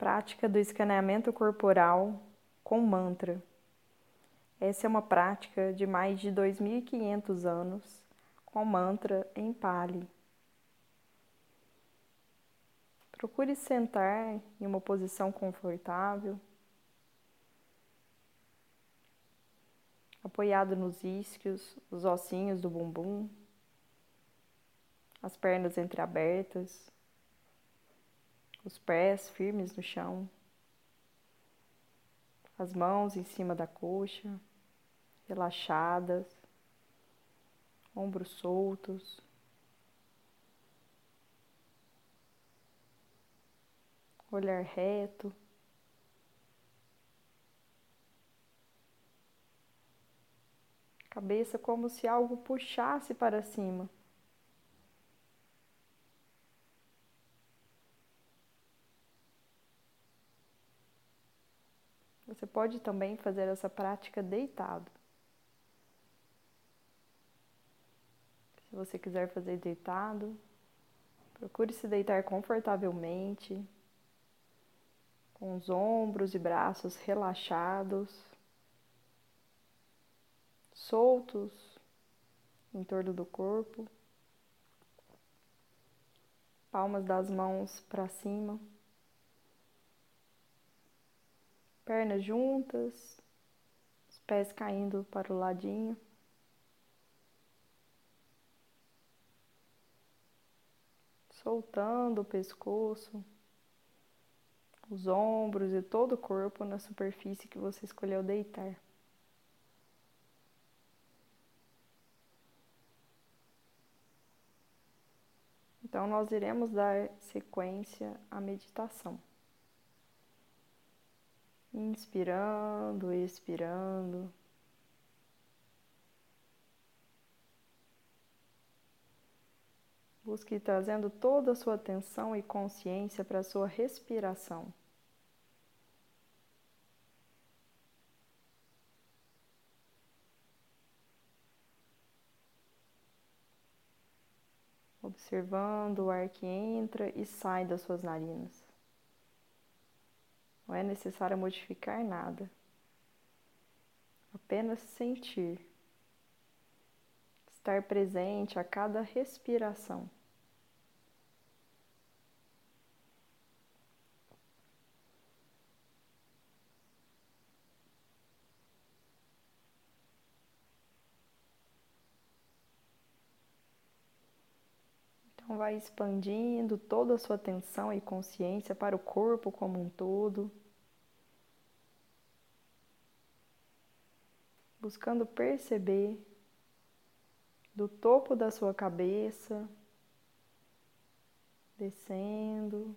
Prática do escaneamento corporal com mantra. Essa é uma prática de mais de 2.500 anos com mantra em Pali. Procure sentar em uma posição confortável, apoiado nos isquios, os ossinhos do bumbum, as pernas entreabertas, os pés firmes no chão, as mãos em cima da coxa, relaxadas, ombros soltos. Olhar reto. Cabeça como se algo puxasse para cima. Você pode também fazer essa prática deitado. Se você quiser fazer deitado, procure se deitar confortavelmente, com os ombros e braços relaxados, soltos em torno do corpo, palmas das mãos para cima, pernas juntas, os pés caindo para o ladinho. Soltando o pescoço, os ombros e todo o corpo na superfície que você escolheu deitar. Então, nós iremos dar sequência à meditação. Inspirando, expirando. Busque ir trazendo toda a sua atenção e consciência para a sua respiração. Observando o ar que entra e sai das suas narinas. Não é necessário modificar nada. Apenas sentir. Estar presente a cada respiração. Então vai expandindo toda a sua atenção e consciência para o corpo como um todo. Buscando perceber do topo da sua cabeça, descendo,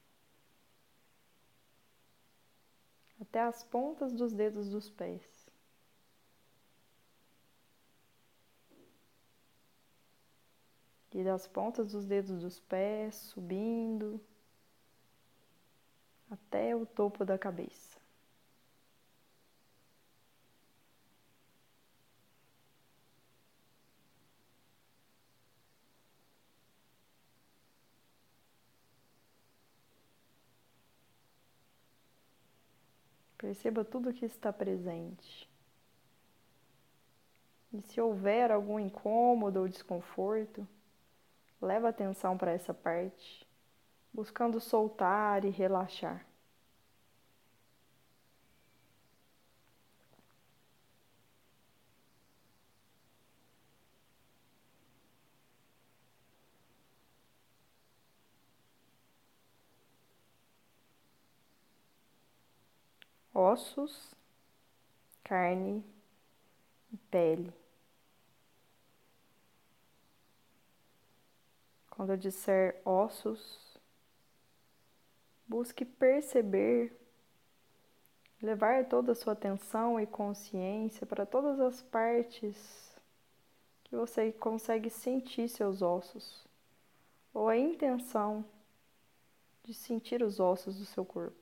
até as pontas dos dedos dos pés. E das pontas dos dedos dos pés, subindo até o topo da cabeça. Perceba tudo que está presente. E se houver algum incômodo ou desconforto, leva atenção para essa parte, buscando soltar e relaxar. Ossos, carne e pele. Quando eu disser ossos, busque perceber, levar toda a sua atenção e consciência para todas as partes que você consegue sentir seus ossos, ou a intenção de sentir os ossos do seu corpo.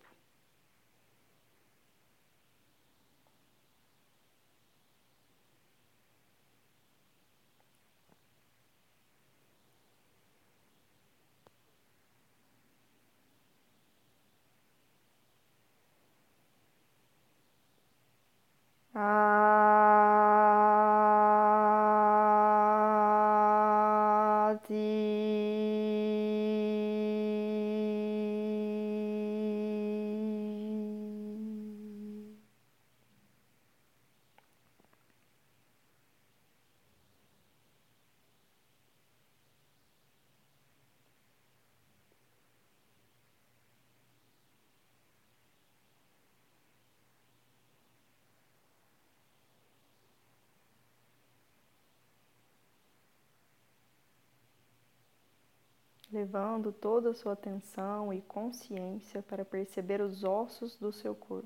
levando toda a sua atenção e consciência para perceber os ossos do seu corpo.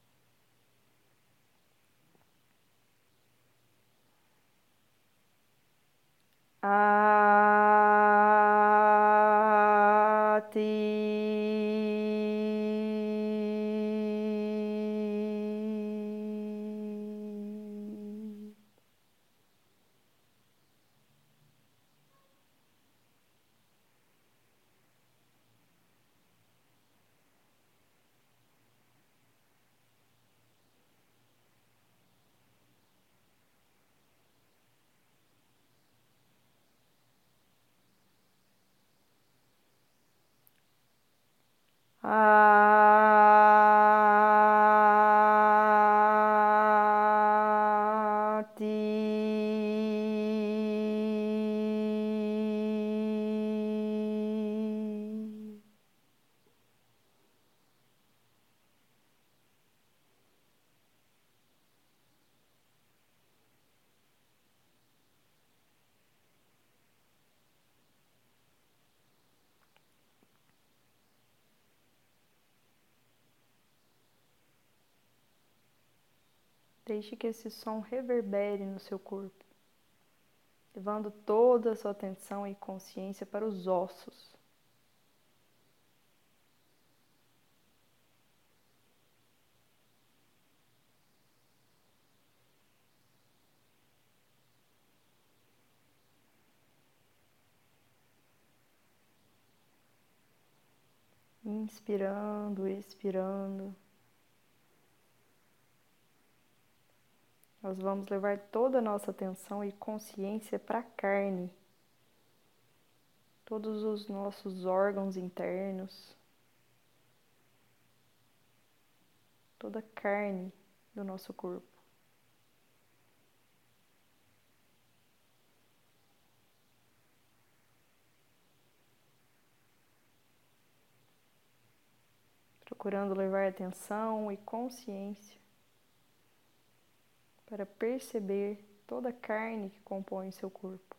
Deixe que esse som reverbere no seu corpo, levando toda a sua atenção e consciência para os ossos. Inspirando, expirando. Nós vamos levar toda a nossa atenção e consciência para a carne, todos os nossos órgãos internos, toda a carne do nosso corpo. Procurando levar atenção e consciência para perceber toda a carne que compõe seu corpo.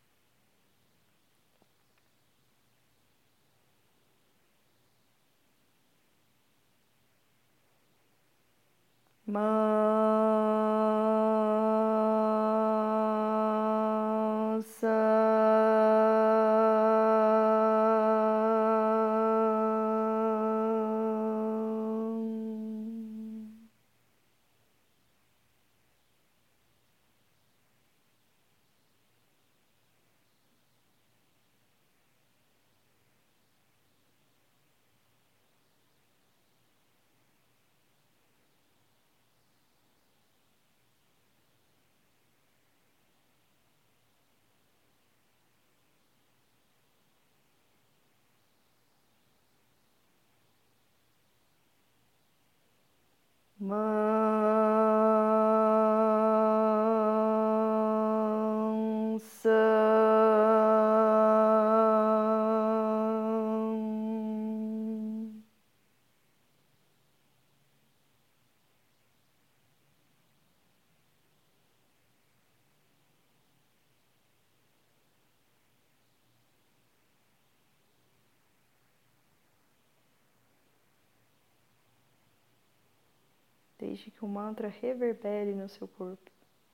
Deixe que o mantra reverbere no seu corpo,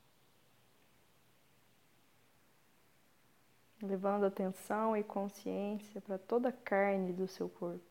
levando atenção e consciência para toda a carne do seu corpo.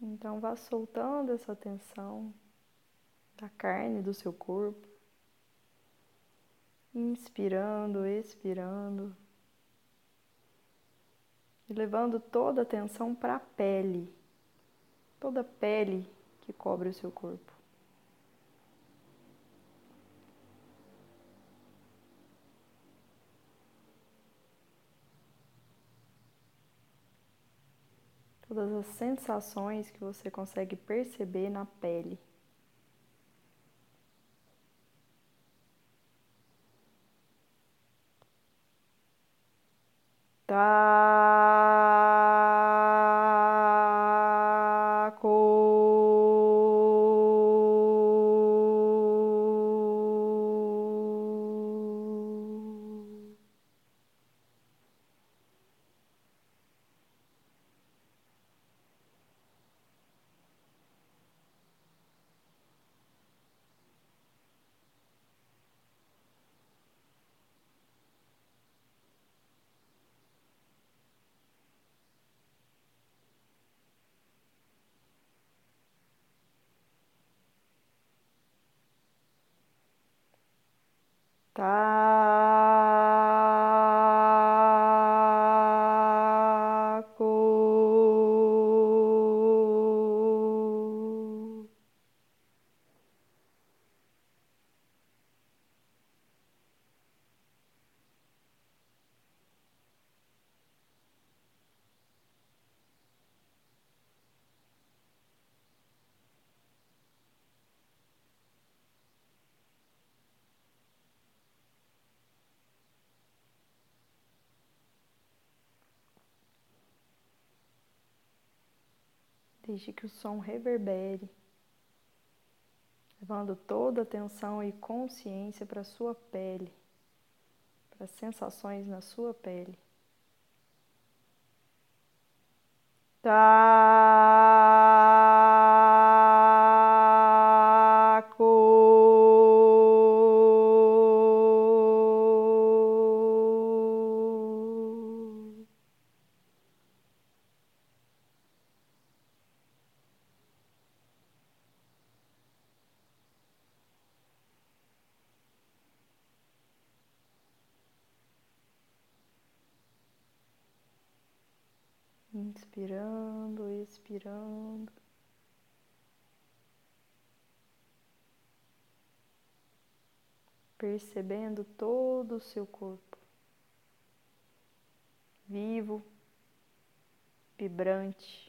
Então vá soltando essa tensão da carne do seu corpo, inspirando, expirando e levando toda a atenção para a pele, toda a pele que cobre o seu corpo. Todas as sensações que você consegue perceber na pele. Taco. Taco. Deixe que o som reverbere, levando toda a atenção e consciência para a sua pele, para as sensações na sua pele. Taco. Inspirando, expirando. Percebendo todo o seu corpo, vivo, vibrante.